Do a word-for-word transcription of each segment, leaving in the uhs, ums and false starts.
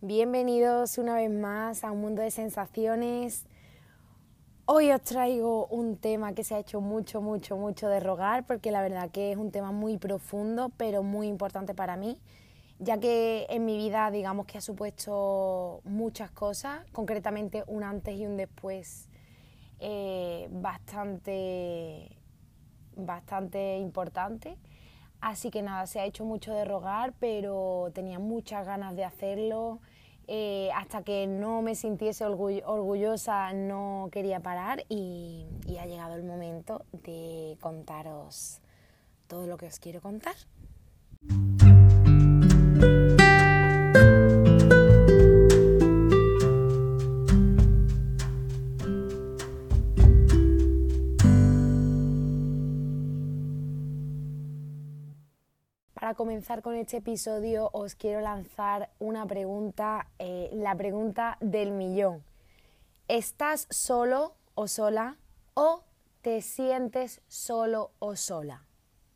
Bienvenidos una vez más a un mundo de sensaciones. Hoy os traigo un tema que se ha hecho mucho, mucho, mucho de rogar, porque la verdad que es un tema muy profundo, pero muy importante para mí, ya que en mi vida, digamos que ha supuesto muchas cosas, concretamente un antes y un después eh, bastante, bastante importante. Así que nada, se ha hecho mucho de rogar, pero tenía muchas ganas de hacerlo. Eh, hasta que no me sintiese orgull- orgullosa no quería parar y, y ha llegado el momento de contaros todo lo que os quiero contar. Para comenzar con este episodio os quiero lanzar una pregunta, eh, la pregunta del millón. ¿Estás solo o sola o te sientes solo o sola?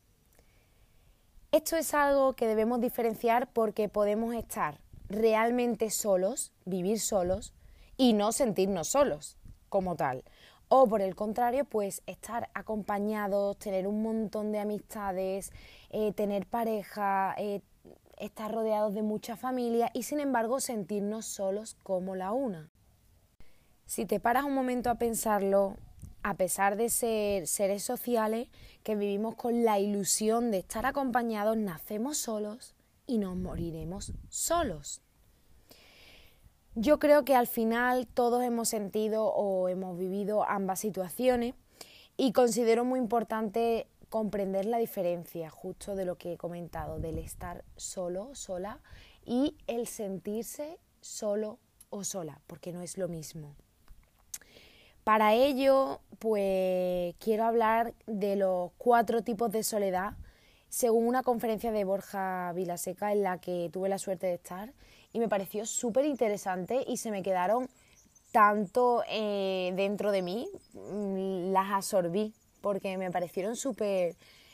Esto es algo que debemos diferenciar porque podemos estar realmente solos, vivir solos y no sentirnos solos como tal. O por el contrario, pues estar acompañados, tener un montón de amistades, eh, tener pareja, eh, estar rodeados de mucha familia y sin embargo sentirnos solos como la una. Si te paras un momento a pensarlo, a pesar de ser seres sociales que vivimos con la ilusión de estar acompañados, nacemos solos y nos moriremos solos. Yo creo que al final todos hemos sentido o hemos vivido ambas situaciones y considero muy importante comprender la diferencia justo de lo que he comentado, del estar solo, sola y el sentirse solo o sola, porque no es lo mismo. Para ello, pues quiero hablar de los cuatro tipos de soledad, según una conferencia de Borja Vilaseca en la que tuve la suerte de estar y me pareció súper interesante y se me quedaron tanto eh, dentro de mí, las absorbí porque me parecieron súper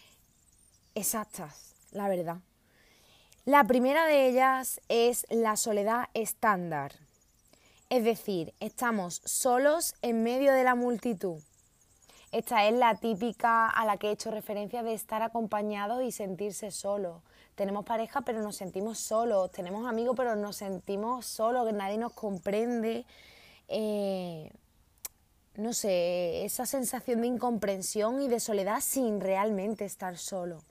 exactas, la verdad. La primera de ellas es la soledad estándar. Es decir, estamos solos en medio de la multitud. Esta es la típica a la que he hecho referencia de estar acompañados y sentirse solos. Tenemos pareja pero nos sentimos solos, tenemos amigos pero nos sentimos solos, que nadie nos comprende. Eh, no sé, esa sensación de incomprensión y de soledad sin realmente estar solo.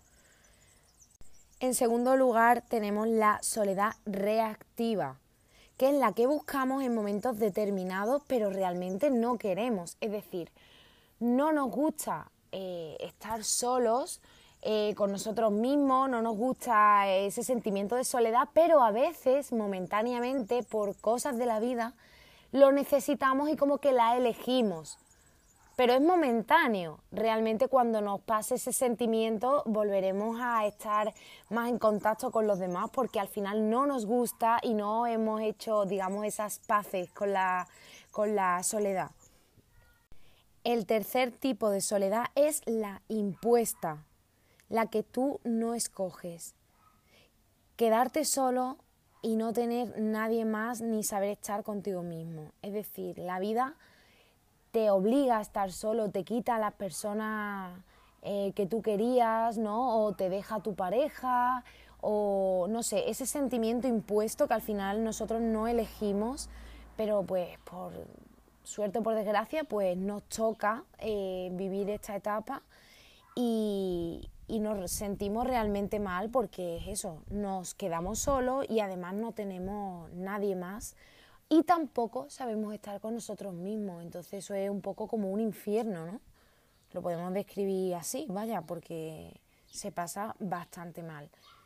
En segundo lugar tenemos la soledad reactiva, que es la que buscamos en momentos determinados pero realmente no queremos. Es decir, no nos gusta eh, estar solos eh, con nosotros mismos, no nos gusta ese sentimiento de soledad, pero a veces, momentáneamente, por cosas de la vida, lo necesitamos y como que la elegimos. Pero es momentáneo. Realmente cuando nos pase ese sentimiento volveremos a estar más en contacto con los demás porque al final no nos gusta y no hemos hecho, digamos, esas paces con la, con la soledad. El tercer tipo de soledad es la impuesta, la que tú no escoges. Quedarte solo y no tener nadie más ni saber estar contigo mismo. Es decir, la vida te obliga a estar solo, te quita a las personas eh, que tú querías, ¿no? O te deja tu pareja, o no sé, ese sentimiento impuesto que al final nosotros no elegimos, pero pues por suerte o por desgracia, pues nos toca eh, vivir esta etapa y, y nos sentimos realmente mal porque es eso, nos quedamos solos y además no tenemos nadie más y tampoco sabemos estar con nosotros mismos, entonces eso es un poco como un infierno, ¿no? Lo podemos describir así, vaya, porque se pasa bastante mal.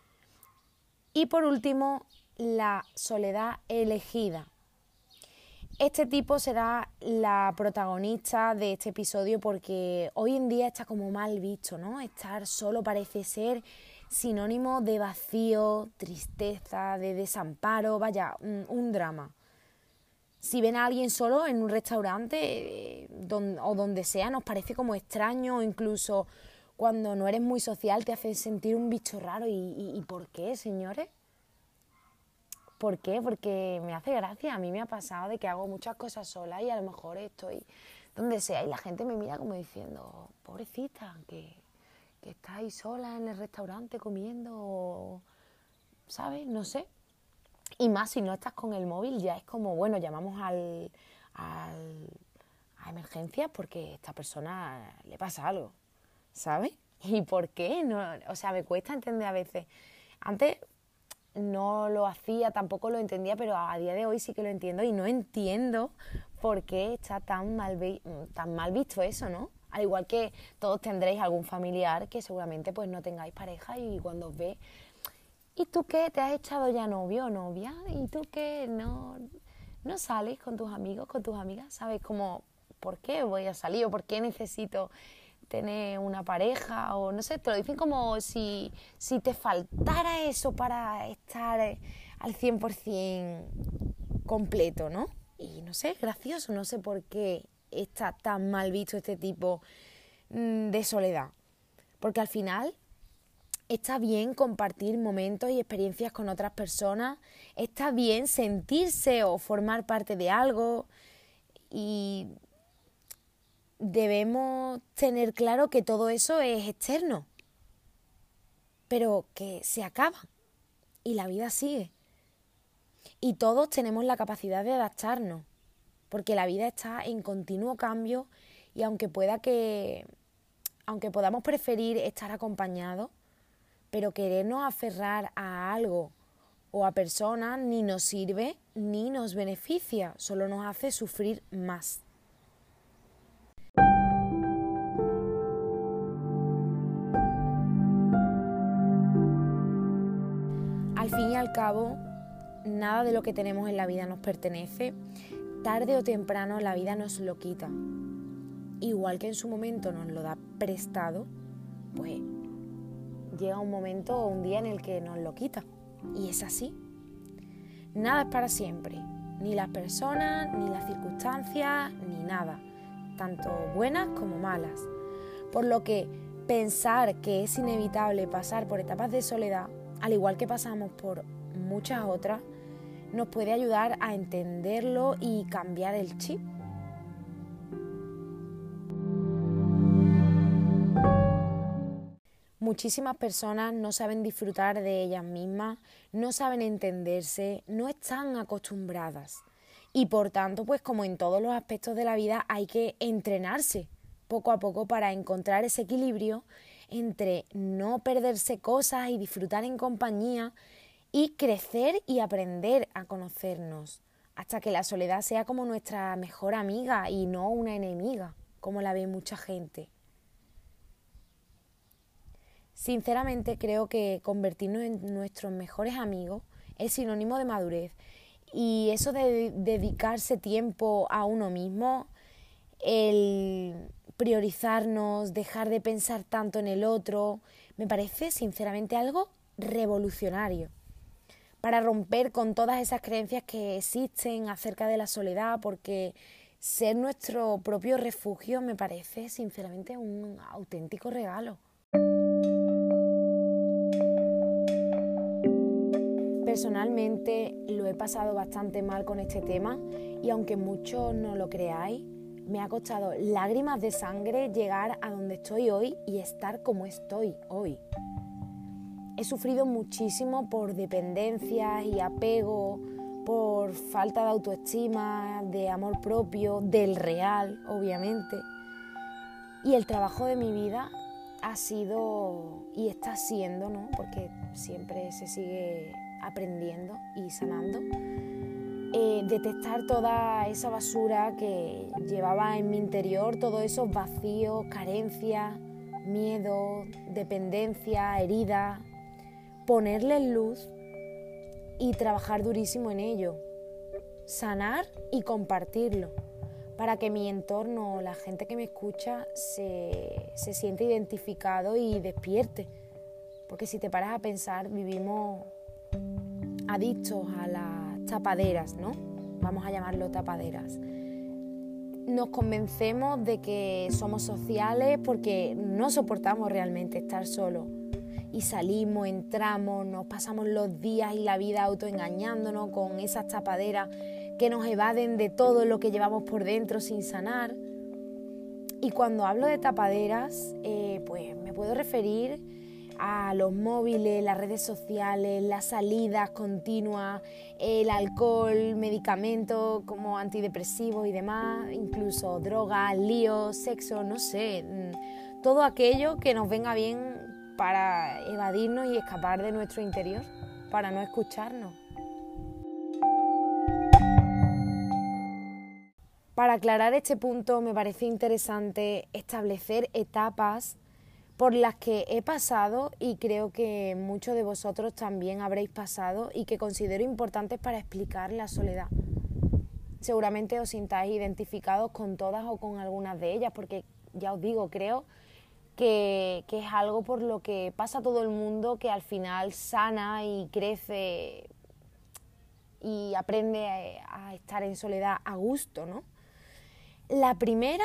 Y por último, la soledad elegida. Este tipo será la protagonista de este episodio porque hoy en día está como mal visto, ¿no? Estar solo parece ser sinónimo de vacío, tristeza, de desamparo, vaya, un, un drama. Si ven a alguien solo en un restaurante eh, don, o donde sea, nos parece como extraño, o incluso cuando no eres muy social te hace sentir un bicho raro. ¿Y, y, y por qué, señores? ¿Por qué? Porque me hace gracia. A mí me ha pasado de que hago muchas cosas sola y a lo mejor estoy donde sea y la gente me mira como diciendo, pobrecita, que, que está ahí sola en el restaurante comiendo, ¿sabes? No sé. Y más si no estás con el móvil, ya es como, bueno, llamamos al, al, a emergencias porque a esta persona le pasa algo, ¿sabes? ¿Y por qué? No, o sea, me cuesta entender a veces. Antes no lo hacía, tampoco lo entendía, pero a día de hoy sí que lo entiendo y no entiendo por qué está tan mal, vi- tan mal visto eso, ¿no? Al igual que todos tendréis algún familiar que seguramente pues no tengáis pareja y cuando os ve, ¿y tú qué? ¿Te has echado ya novio o novia? ¿Y tú qué? ¿No, no sales con tus amigos, con tus amigas? ¿Sabes? Como, ¿por qué voy a salir o por qué necesito tener una pareja? O no sé, te lo dicen como si, si te faltara eso para estar eh, al cien por ciento completo, ¿no? Y no sé, es gracioso, no sé por qué está tan mal visto este tipo mm, de soledad. Porque al final está bien compartir momentos y experiencias con otras personas, está bien sentirse o formar parte de algo y debemos tener claro que todo eso es externo, pero que se acaba y la vida sigue. Y todos tenemos la capacidad de adaptarnos, porque la vida está en continuo cambio y aunque pueda que, aunque podamos preferir estar acompañados, pero querernos aferrar a algo o a personas ni nos sirve ni nos beneficia, solo nos hace sufrir más. Al fin y al cabo, nada de lo que tenemos en la vida nos pertenece. Tarde o temprano la vida nos lo quita. Igual que en su momento nos lo da prestado, pues llega un momento o un día en el que nos lo quita. Y es así. Nada es para siempre. Ni las personas, ni las circunstancias, ni nada. Tanto buenas como malas. Por lo que pensar que es inevitable pasar por etapas de soledad, al igual que pasamos por muchas otras, nos puede ayudar a entenderlo y cambiar el chip. Muchísimas personas no saben disfrutar de ellas mismas, no saben entenderse, no están acostumbradas. Y por tanto, pues como en todos los aspectos de la vida, hay que entrenarse poco a poco para encontrar ese equilibrio entre no perderse cosas y disfrutar en compañía y crecer y aprender a conocernos, hasta que la soledad sea como nuestra mejor amiga y no una enemiga, como la ve mucha gente. Sinceramente creo que convertirnos en nuestros mejores amigos es sinónimo de madurez y eso de dedicarse tiempo a uno mismo, el priorizarnos, dejar de pensar tanto en el otro, me parece sinceramente algo revolucionario para romper con todas esas creencias que existen acerca de la soledad, porque ser nuestro propio refugio me parece sinceramente un auténtico regalo. Personalmente lo he pasado bastante mal con este tema y aunque muchos no lo creáis, me ha costado lágrimas de sangre llegar a donde estoy hoy y estar como estoy hoy. He sufrido muchísimo por dependencias y apego, por falta de autoestima, de amor propio, del real, obviamente. Y el trabajo de mi vida ha sido y está siendo, ¿no? Porque siempre se sigue aprendiendo y sanando, eh, detectar toda esa basura que llevaba en mi interior, todos esos vacíos, carencias, miedo, dependencia, heridas, ponerles luz y trabajar durísimo en ello, sanar y compartirlo, para que mi entorno, la gente que me escucha, se, se sienta identificado y despierte. Porque si te paras a pensar, vivimos adictos a las tapaderas, ¿no? Vamos a llamarlo tapaderas. Nos convencemos de que somos sociales porque no soportamos realmente estar solos. y salimos, entramos, nos pasamos los días y la vida autoengañándonos con esas tapaderas que nos evaden de todo lo que llevamos por dentro sin sanar. Y cuando hablo de tapaderas, eh, pues me puedo referir a los móviles, las redes sociales, las salidas continuas, el alcohol, medicamentos como antidepresivos y demás, incluso drogas, líos, sexo, no sé, todo aquello que nos venga bien para evadirnos y escapar de nuestro interior, para no escucharnos. Para aclarar este punto me parece interesante establecer etapas por las que he pasado y creo que muchos de vosotros también habréis pasado y que considero importantes para explicar la soledad. Seguramente os sintáis identificados con todas o con algunas de ellas, porque ya os digo, creo que, que es algo por lo que pasa todo el mundo, que al final sana y crece y aprende a, a estar en soledad a gusto, ¿no? La primera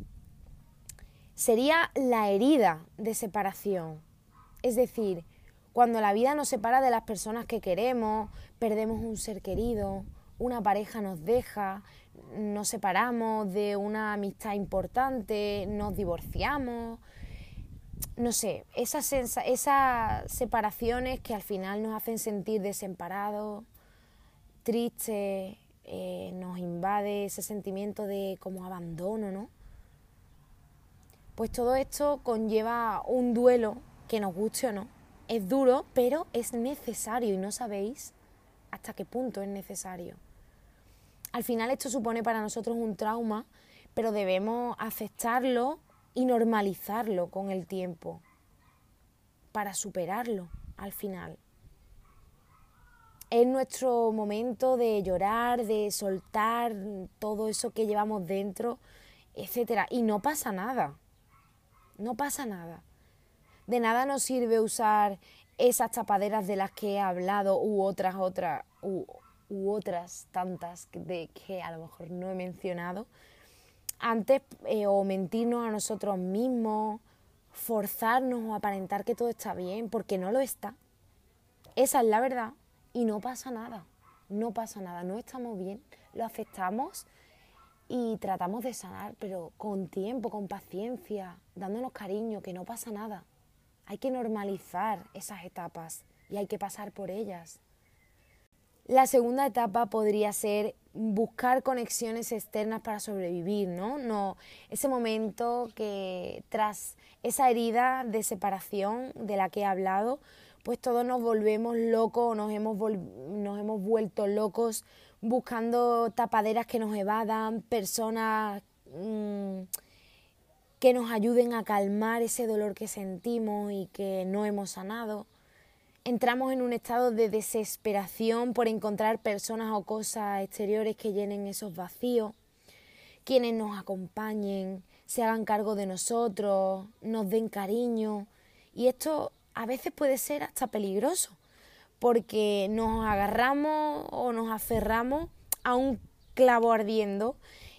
sería la herida de separación, es decir, cuando la vida nos separa de las personas que queremos, perdemos un ser querido, una pareja nos deja, nos separamos de una amistad importante, nos divorciamos, no sé, esas, sensa- esas separaciones que al final nos hacen sentir desamparados, tristes, eh, nos invade ese sentimiento de como abandono, ¿no? Pues todo esto conlleva un duelo, que nos guste o no. Es duro, pero es necesario y no sabéis hasta qué punto es necesario. Al final esto supone para nosotros un trauma, pero debemos aceptarlo y normalizarlo con el tiempo para superarlo al final. Es nuestro momento de llorar, de soltar todo eso que llevamos dentro, etcétera. Y no pasa nada. No pasa nada. De nada nos sirve usar esas tapaderas de las que he hablado u otras otras u, u otras tantas de que a lo mejor no he mencionado antes eh, o mentirnos a nosotros mismos, forzarnos o aparentar que todo está bien porque no lo está. Esa es la verdad y no pasa nada. No pasa nada. No estamos bien. Lo aceptamos y tratamos de sanar, pero con tiempo, con paciencia, dándonos cariño, que no pasa nada. Hay que normalizar esas etapas y hay que pasar por ellas. La segunda etapa podría ser buscar conexiones externas para sobrevivir, ¿no? No, ese momento que tras esa herida de separación de la que he hablado, pues todos nos volvemos locos, nos hemos, vol- nos hemos vuelto locos buscando tapaderas que nos evadan, personas mmm, que nos ayuden a calmar ese dolor que sentimos y que no hemos sanado. Entramos en un estado de desesperación por encontrar personas o cosas exteriores que llenen esos vacíos, quienes nos acompañen, se hagan cargo de nosotros, nos den cariño. Y esto a veces puede ser hasta peligroso, porque nos agarramos o nos aferramos a un clavo ardiendo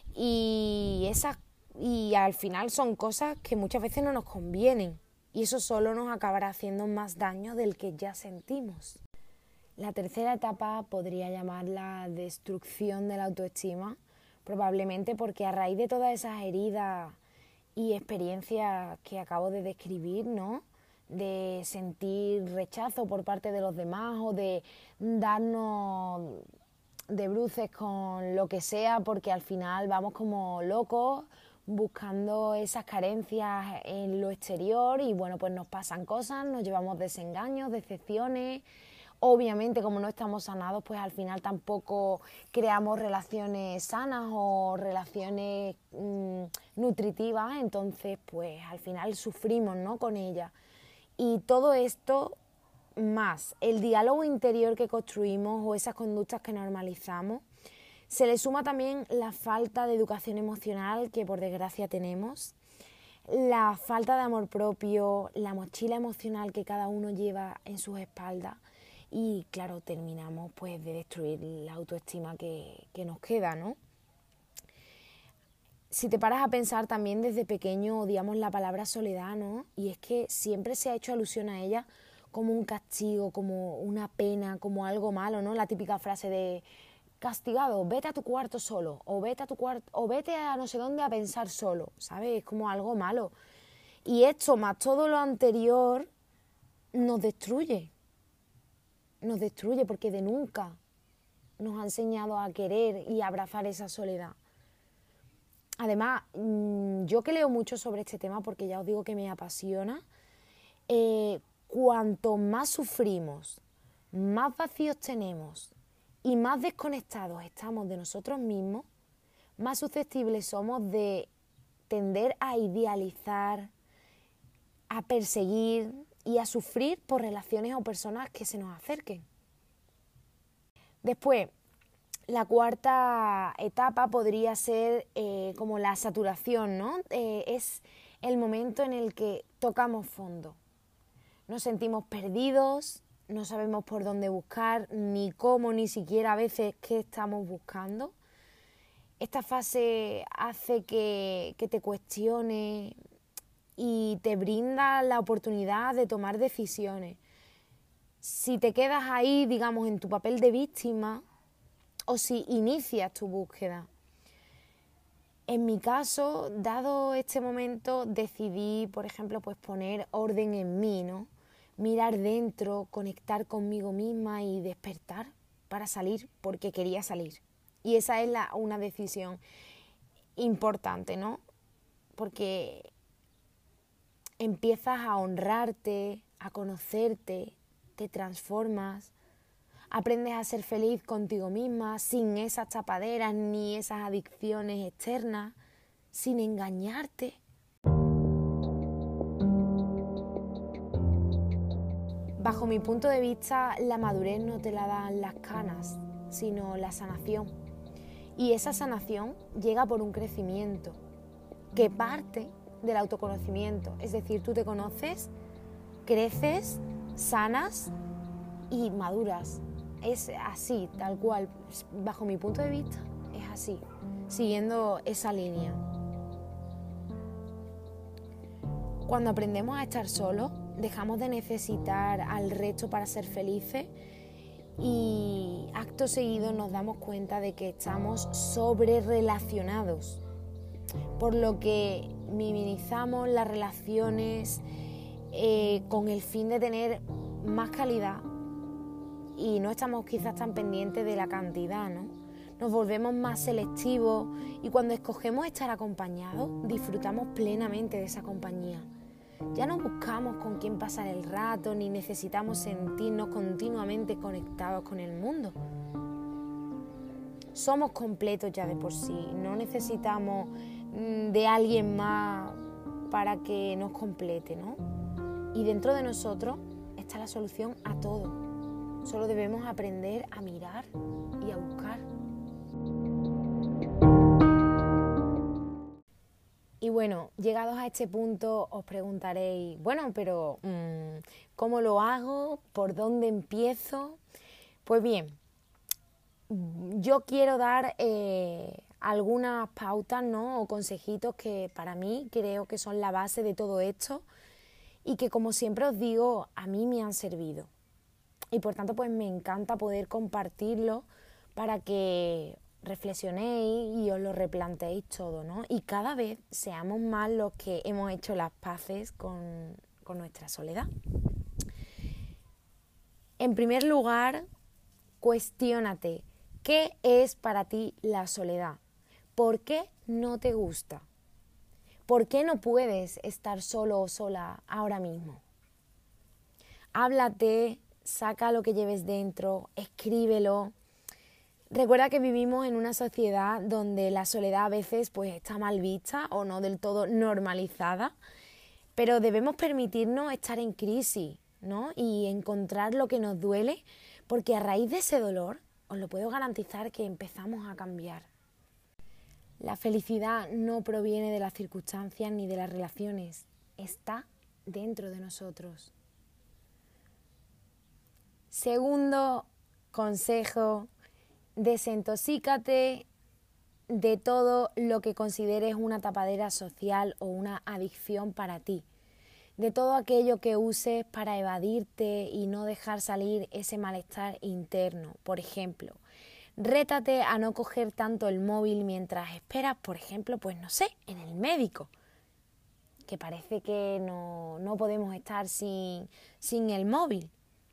y, esas, y al final son cosas que muchas veces no nos convienen y eso solo nos acabará haciendo más daño del que ya sentimos. La tercera etapa podría llamarla destrucción de la autoestima, probablemente porque a raíz de todas esas heridas y experiencias que acabo de describir, ¿no?, de sentir rechazo por parte de los demás o de darnos de bruces con lo que sea, porque al final vamos como locos buscando esas carencias en lo exterior y bueno, pues nos pasan cosas, nos llevamos desengaños, decepciones. Obviamente, como no estamos sanados, pues al final tampoco creamos relaciones sanas o relaciones mmm, nutritivas, entonces pues al final sufrimos, ¿no?, con ellas. Y todo esto, más el diálogo interior que construimos o esas conductas que normalizamos, se le suma también la falta de educación emocional que por desgracia tenemos, la falta de amor propio, la mochila emocional que cada uno lleva en sus espaldas y claro, terminamos pues de destruir la autoestima que, que nos queda, ¿no? Si te paras a pensar, también desde pequeño odiamos la palabra soledad, ¿no? Y es que siempre se ha hecho alusión a ella como un castigo, como una pena, como algo malo, ¿no? La típica frase de castigado, vete a tu cuarto solo, o vete a tu cuarto, o vete a no sé dónde a pensar solo, ¿sabes? Es como algo malo. Y esto, más todo lo anterior, nos destruye. Nos destruye porque de nunca nos ha enseñado a querer y a abrazar esa soledad. Además, yo que leo mucho sobre este tema, porque ya os digo que me apasiona, eh, cuanto más sufrimos, más vacíos tenemos y más desconectados estamos de nosotros mismos, más susceptibles somos de tender a idealizar, a perseguir y a sufrir por relaciones o personas que se nos acerquen. Después, la cuarta etapa podría ser eh, como la saturación, ¿no? Eh, es el momento en el que tocamos fondo. Nos sentimos perdidos, no sabemos por dónde buscar, ni cómo, ni siquiera a veces qué estamos buscando. Esta fase hace que, que te cuestiones y te brinda la oportunidad de tomar decisiones. Si te quedas ahí, digamos, en tu papel de víctima, o si inicias tu búsqueda. En mi caso, dado este momento, decidí, por ejemplo, pues poner orden en mí, ¿no? Mirar dentro, conectar conmigo misma y despertar para salir, porque quería salir. Y esa es la, una decisión importante, ¿no? Porque empiezas a honrarte, a conocerte, te transformas, aprendes a ser feliz contigo misma, sin esas tapaderas ni esas adicciones externas, sin engañarte. Bajo mi punto de vista, la madurez no te la dan las canas, sino la sanación. Y esa sanación llega por un crecimiento que parte del autoconocimiento. Es decir, tú te conoces, creces, sanas y maduras. Es así, tal cual, bajo mi punto de vista, es así, siguiendo esa línea. Cuando aprendemos a estar solos, dejamos de necesitar al resto para ser felices y acto seguido nos damos cuenta de que estamos sobrerelacionados, por lo que minimizamos las relaciones eh, con el fin de tener más calidad. Y no estamos quizás tan pendientes de la cantidad, ¿no? Nos volvemos más selectivos y cuando escogemos estar acompañados, disfrutamos plenamente de esa compañía. Ya no buscamos con quién pasar el rato ni necesitamos sentirnos continuamente conectados con el mundo. Somos completos ya de por sí, no necesitamos de alguien más para que nos complete, ¿no? Y dentro de nosotros está la solución a todo. Solo debemos aprender a mirar y a buscar. Y bueno, llegados a este punto os preguntaréis, bueno, pero mmm, ¿cómo lo hago? ¿Por dónde empiezo? Pues bien, yo quiero dar eh, algunas pautas, ¿no? O consejitos que para mí creo que son la base de todo esto y que, como siempre os digo, a mí me han servido. Y por tanto, pues me encanta poder compartirlo para que reflexionéis y os lo replanteéis todo, ¿no? Y cada vez seamos más los que hemos hecho las paces con, con nuestra soledad. En primer lugar, cuestiónate, ¿qué es para ti la soledad? ¿Por qué no te gusta? ¿Por qué no puedes estar solo o sola ahora mismo? Háblate, saca lo que lleves dentro, escríbelo. Recuerda que vivimos en una sociedad donde la soledad a veces pues, está mal vista o no del todo normalizada, pero debemos permitirnos estar en crisis, ¿no? Y encontrar lo que nos duele, porque a raíz de ese dolor os lo puedo garantizar que empezamos a cambiar. La felicidad no proviene de las circunstancias ni de las relaciones, está dentro de nosotros. Segundo consejo, desintoxícate de todo lo que consideres una tapadera social o una adicción para ti. de todo aquello que uses para evadirte y no dejar salir ese malestar interno. Por ejemplo, rétate a no coger tanto el móvil mientras esperas, por ejemplo, pues no sé, en el médico, que parece que no, no podemos estar sin, sin el móvil.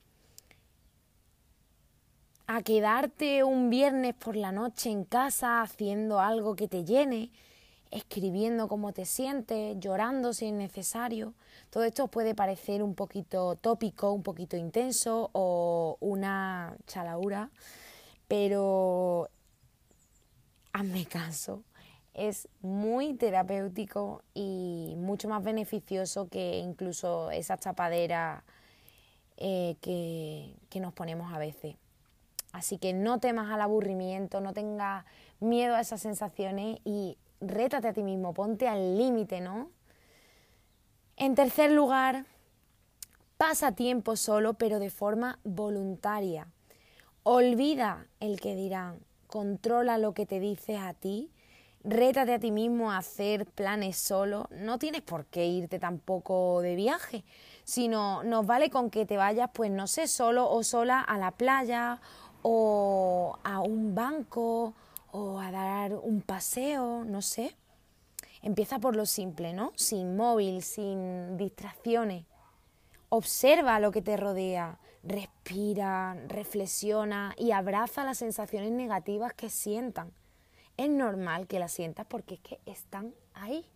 A quedarte un viernes por la noche en casa haciendo algo que te llene, escribiendo cómo te sientes, llorando si es necesario. Todo esto puede parecer un poquito tópico, un poquito intenso o una chalaura, pero hazme caso, es muy terapéutico y mucho más beneficioso que incluso esa chapadera eh, que, que nos ponemos a veces. Así que no temas al aburrimiento, no tengas miedo a esas sensaciones y rétate a ti mismo, ponte al límite, ¿no? En tercer lugar, pasa tiempo solo, pero de forma voluntaria. Olvida el que dirán, controla lo que te dices a ti, rétate a ti mismo a hacer planes solo. No tienes por qué irte tampoco de viaje, sino nos vale con que te vayas, pues no sé, solo o sola a la playa o a un banco o a dar un paseo, no sé. Empieza por lo simple, ¿no? Sin móvil, sin distracciones. Observa lo que te rodea, respira, reflexiona y abraza las sensaciones negativas que sientan. Es normal que las sientas porque es que están ahí.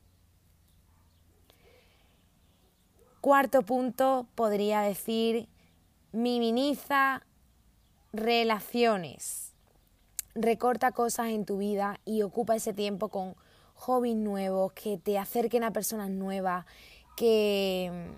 Cuarto punto, podría decir, minimiza relaciones. Recorta cosas en tu vida y ocupa ese tiempo con hobbies nuevos, que te acerquen a personas nuevas, que,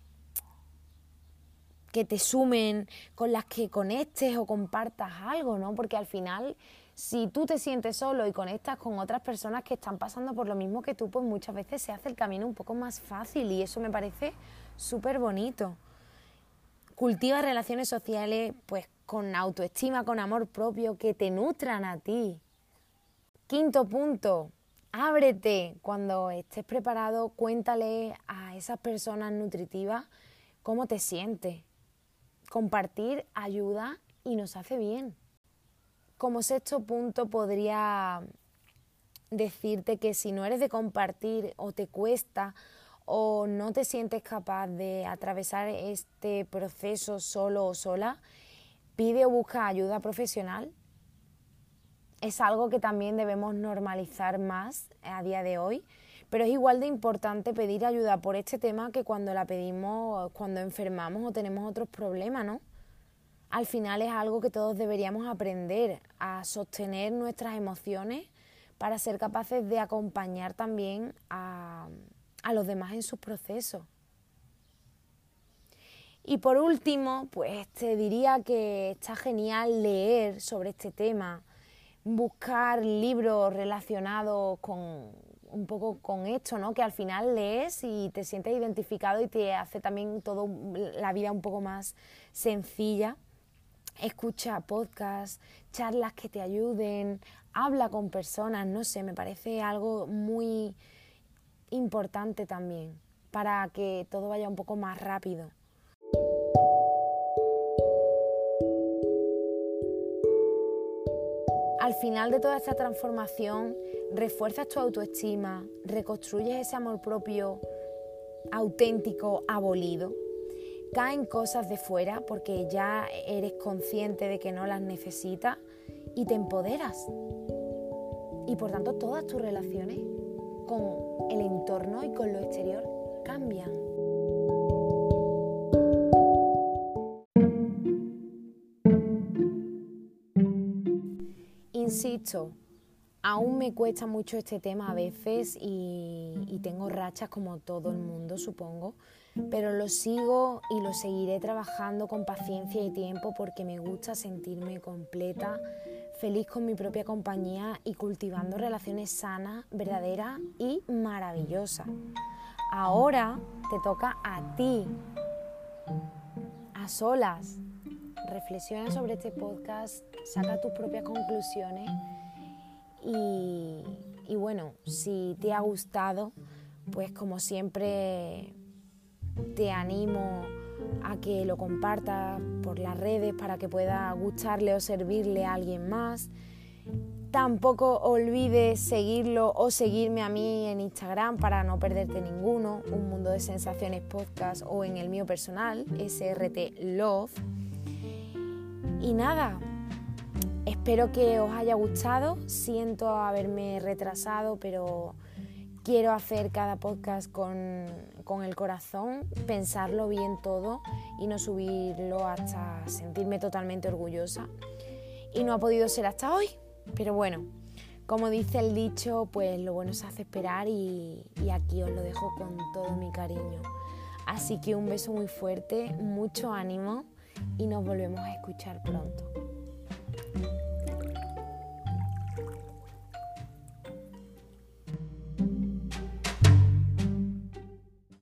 que te sumen, con las que conectes o compartas algo, ¿no? Porque al final, si tú te sientes solo y conectas con otras personas que están pasando por lo mismo que tú, pues muchas veces se hace el camino un poco más fácil y eso me parece súper bonito. Cultiva relaciones sociales pues con autoestima, con amor propio, que te nutran a ti. Quinto punto, ábrete. Cuando estés preparado, cuéntale a esas personas nutritivas cómo te sientes. Compartir ayuda y nos hace bien. Como sexto punto podría decirte que si no eres de compartir o te cuesta o no te sientes capaz de atravesar este proceso solo o sola, pide o busca ayuda profesional. Es algo que también debemos normalizar más a día de hoy, pero es igual de importante pedir ayuda por este tema que cuando la pedimos cuando enfermamos o tenemos otros problemas, ¿no? Al final es algo que todos deberíamos aprender a sostener nuestras emociones para ser capaces de acompañar también a, a los demás en sus procesos. Y por último, pues te diría que está genial leer sobre este tema, buscar libros relacionados con un poco con esto, ¿no? Que al final lees y te sientes identificado y te hace también todo la vida un poco más sencilla. Escucha podcasts, charlas que te ayuden, habla con personas, no sé, me parece algo muy importante también para que todo vaya un poco más rápido. Al final de toda esta transformación, refuerzas tu autoestima, reconstruyes ese amor propio auténtico, abolido. Caen cosas de fuera porque ya eres consciente de que no las necesitas y te empoderas. Y por tanto todas tus relaciones con el entorno y con lo exterior cambian. Insisto, aún me cuesta mucho este tema a veces y, y tengo rachas como todo el mundo, supongo, pero lo sigo y lo seguiré trabajando con paciencia y tiempo porque me gusta sentirme completa, feliz con mi propia compañía y cultivando relaciones sanas, verdaderas y maravillosas. Ahora te toca a ti, a solas. Reflexiona sobre este podcast, saca tus propias conclusiones y, y bueno, si te ha gustado, pues como siempre te animo a que lo compartas por las redes para que pueda gustarle o servirle a alguien más. Tampoco olvides seguirlo o seguirme a mí en Instagram para no perderte ninguno, Un Mundo de Sensaciones Podcast, o en el mío personal, S R T Love. Y nada, espero que os haya gustado. Siento haberme retrasado, pero quiero hacer cada podcast con, con el corazón, pensarlo bien todo y no subirlo hasta sentirme totalmente orgullosa. Y no ha podido ser hasta hoy. Pero bueno, como dice el dicho, pues lo bueno se hace esperar y, y aquí os lo dejo con todo mi cariño. Así que un beso muy fuerte, mucho ánimo y nos volvemos a escuchar pronto.